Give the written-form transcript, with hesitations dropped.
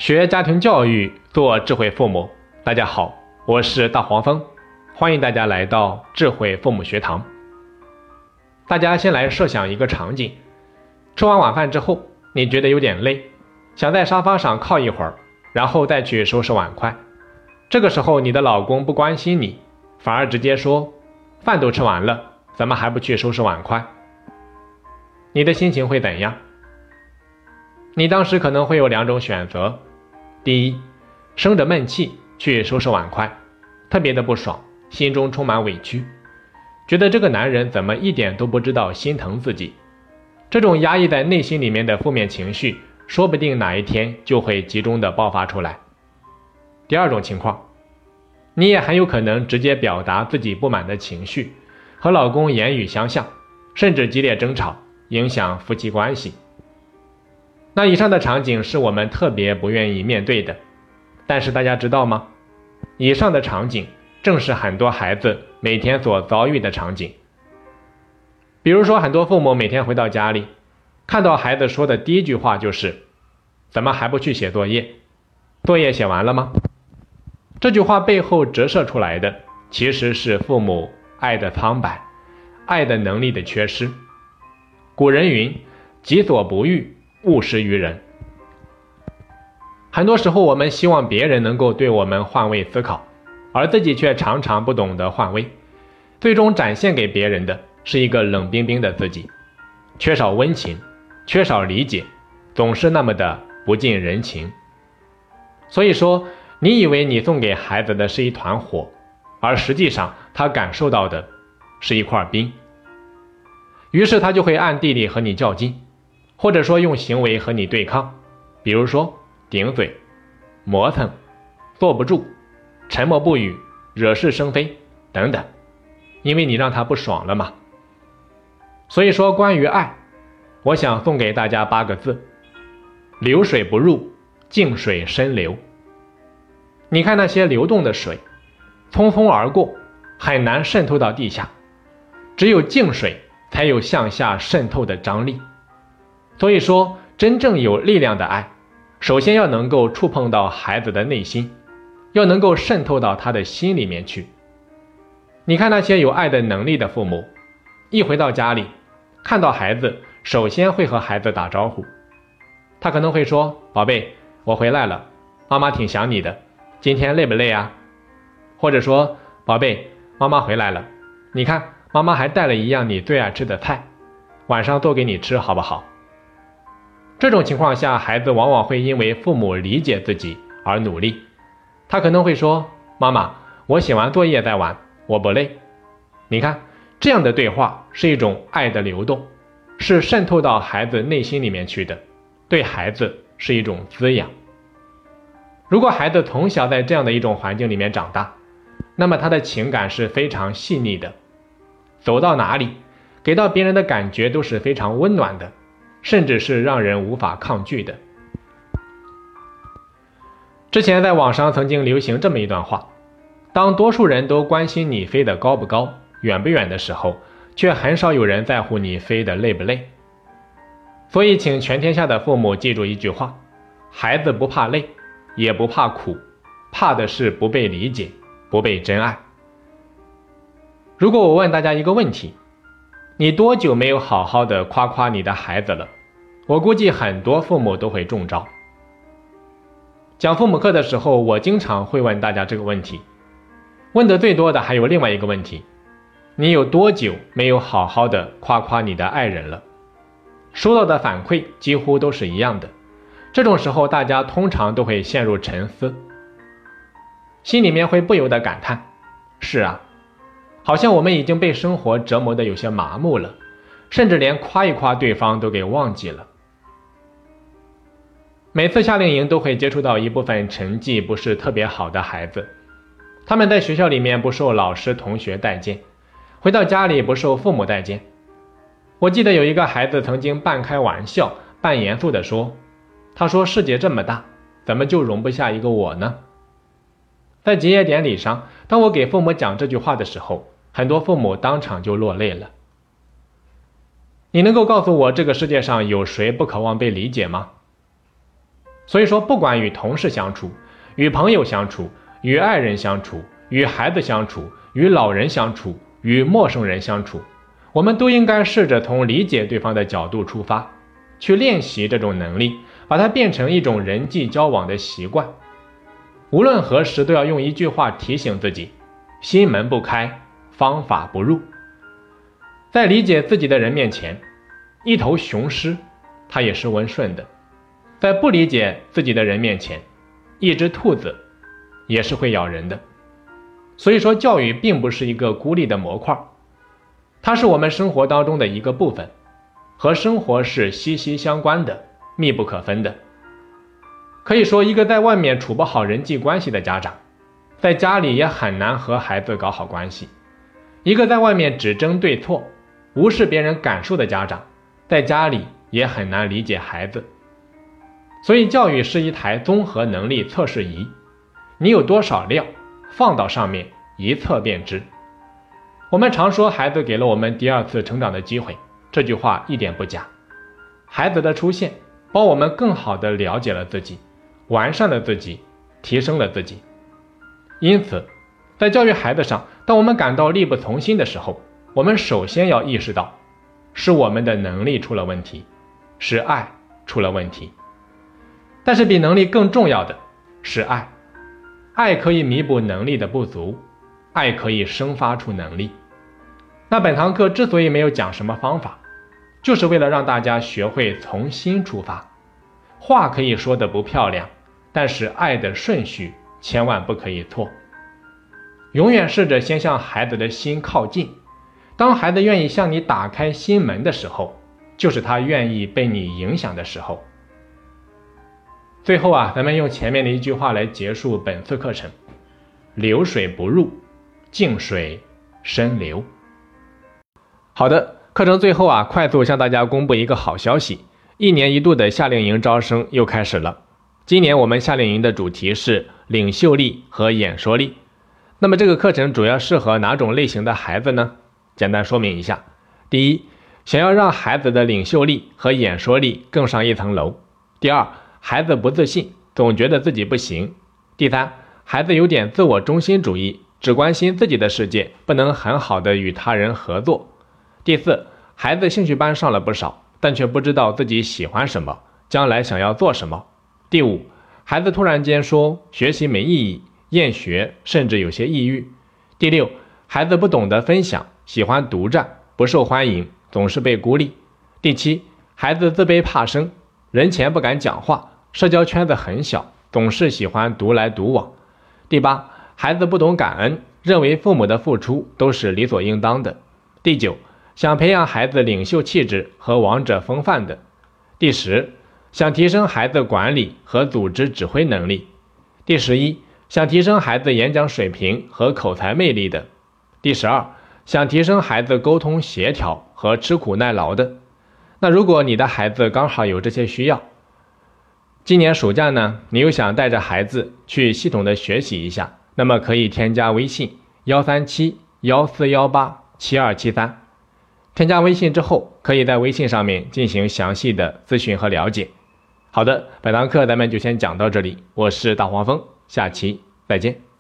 学家庭教育，做智慧父母。大家好，我是大黄蜂，欢迎大家来到智慧父母学堂。大家先来设想一个场景，吃完晚饭之后，你觉得有点累，想在沙发上靠一会儿，然后再去收拾碗筷。这个时候你的老公不关心你，反而直接说，饭都吃完了，怎么还不去收拾碗筷？你的心情会怎样？你当时可能会有两种选择。第一，生着闷气去收拾碗筷，特别的不爽，心中充满委屈，觉得这个男人怎么一点都不知道心疼自己。这种压抑在内心里面的负面情绪，说不定哪一天就会集中的爆发出来。第二种情况，你也很有可能直接表达自己不满的情绪，和老公言语相向，甚至激烈争吵，影响夫妻关系。那以上的场景是我们特别不愿意面对的，但是大家知道吗？以上的场景正是很多孩子每天所遭遇的场景。比如说，很多父母每天回到家里，看到孩子说的第一句话就是怎么还不去写作业？作业写完了吗？这句话背后折射出来的其实是父母爱的苍白，爱的能力的缺失。古人云，己所不欲，勿施于人。很多时候我们希望别人能够对我们换位思考，而自己却常常不懂得换位，最终展现给别人的是一个冷冰冰的自己，缺少温情，缺少理解，总是那么的不近人情。所以说，你以为你送给孩子的是一团火，而实际上他感受到的是一块冰，于是他就会暗地里和你较劲，或者说用行为和你对抗，比如说顶嘴、磨蹭、坐不住、沉默不语、惹是生非等等，因为你让他不爽了嘛。所以说，关于爱，我想送给大家8个字：流水不入，静水深流。你看那些流动的水，匆匆而过，很难渗透到地下，只有静水才有向下渗透的张力。所以说，真正有力量的爱，首先要能够触碰到孩子的内心，要能够渗透到他的心里面去。你看那些有爱的能力的父母，一回到家里，看到孩子，首先会和孩子打招呼。他可能会说，宝贝，我回来了，妈妈挺想你的，今天累不累啊？或者说，宝贝，妈妈回来了，你看妈妈还带了一样你最爱吃的菜，晚上做给你吃好不好？这种情况下，孩子往往会因为父母理解自己而努力。他可能会说，妈妈，我写完作业再玩，我不累。你看，这样的对话是一种爱的流动，是渗透到孩子内心里面去的，对孩子是一种滋养。如果孩子从小在这样的一种环境里面长大，那么他的情感是非常细腻的，走到哪里，给到别人的感觉都是非常温暖的，甚至是让人无法抗拒的。之前在网上曾经流行这么一段话，当多数人都关心你飞得高不高，远不远的时候，却很少有人在乎你飞得累不累。所以请全天下的父母记住一句话，孩子不怕累，也不怕苦，怕的是不被理解，不被真爱。如果我问大家一个问题，你多久没有好好的夸夸你的孩子了？我估计很多父母都会中招。讲父母课的时候，我经常会问大家这个问题，问的最多的还有另外一个问题，你有多久没有好好的夸夸你的爱人了？收到的反馈几乎都是一样的。这种时候大家通常都会陷入沉思，心里面会不由得感叹，是啊，好像我们已经被生活折磨得有些麻木了，甚至连夸一夸对方都给忘记了。每次夏令营都会接触到一部分成绩不是特别好的孩子，他们在学校里面不受老师同学待见，回到家里不受父母待见。我记得有一个孩子曾经半开玩笑半严肃地说，他说世界这么大，怎么就容不下一个我呢？在结业典礼上，当我给父母讲这句话的时候，很多父母当场就落泪了。你能够告诉我这个世界上有谁不渴望被理解吗？ 所以说，不管与同事相处、与朋友相处、与爱人相处、与孩子相处、与老人相处、与陌生人相处，我们都应该试着从理解对方的角度出发，去练习这种能力，把它变成一种人际交往的习惯。无论何时都要用一句话提醒自己：心门不开，方法不入。在理解自己的人面前，一头雄狮它也是温顺的；在不理解自己的人面前，一只兔子也是会咬人的。所以说，教育并不是一个孤立的模块，它是我们生活当中的一个部分，和生活是息息相关的，密不可分的。可以说，一个在外面处不好人际关系的家长，在家里也很难和孩子搞好关系；一个在外面只争对错，无视别人感受的家长，在家里也很难理解孩子。所以教育是一台综合能力测试仪，你有多少料，放到上面一测便知。我们常说孩子给了我们第二次成长的机会，这句话一点不假。孩子的出现帮我们更好地了解了自己，完善了自己，提升了自己。因此，在教育孩子上，当我们感到力不从心的时候，我们首先要意识到，是我们的能力出了问题，是爱出了问题。但是比能力更重要的是爱，爱可以弥补能力的不足，爱可以生发出能力。那本堂课之所以没有讲什么方法，就是为了让大家学会从心出发。话可以说得不漂亮，但是爱的顺序千万不可以错。永远试着先向孩子的心靠近，当孩子愿意向你打开心门的时候，就是他愿意被你影响的时候。最后咱们用前面的一句话来结束本次课程：流水不入，静水深流。好的，课程最后快速向大家公布一个好消息，1年1度的夏令营招生又开始了。今年我们夏令营的主题是领袖力和演说力。那么这个课程主要适合哪种类型的孩子呢？简单说明一下。第一，想要让孩子的领袖力和演说力更上一层楼。第二，孩子不自信，总觉得自己不行。第三，孩子有点自我中心主义，只关心自己的世界，不能很好的与他人合作。第四，孩子兴趣班上了不少，但却不知道自己喜欢什么，将来想要做什么。第五，孩子突然间说学习没意义，厌学，甚至有些抑郁。第六，孩子不懂得分享，喜欢独占，不受欢迎，总是被孤立。第七，孩子自卑怕生，人前不敢讲话，社交圈子很小，总是喜欢独来独往。第八，孩子不懂感恩，认为父母的付出都是理所应当的。第九，想培养孩子领袖气质和王者风范的。第10，想提升孩子管理和组织指挥能力。第11，想提升孩子演讲水平和口才魅力的。第12，想提升孩子沟通协调和吃苦耐劳的。那如果你的孩子刚好有这些需要，今年暑假呢，你又想带着孩子去系统的学习一下，那么可以添加微信137-1418-7273。添加微信之后，可以在微信上面进行详细的咨询和了解。好的，本堂课咱们就先讲到这里，我是大黄蜂，下期再见。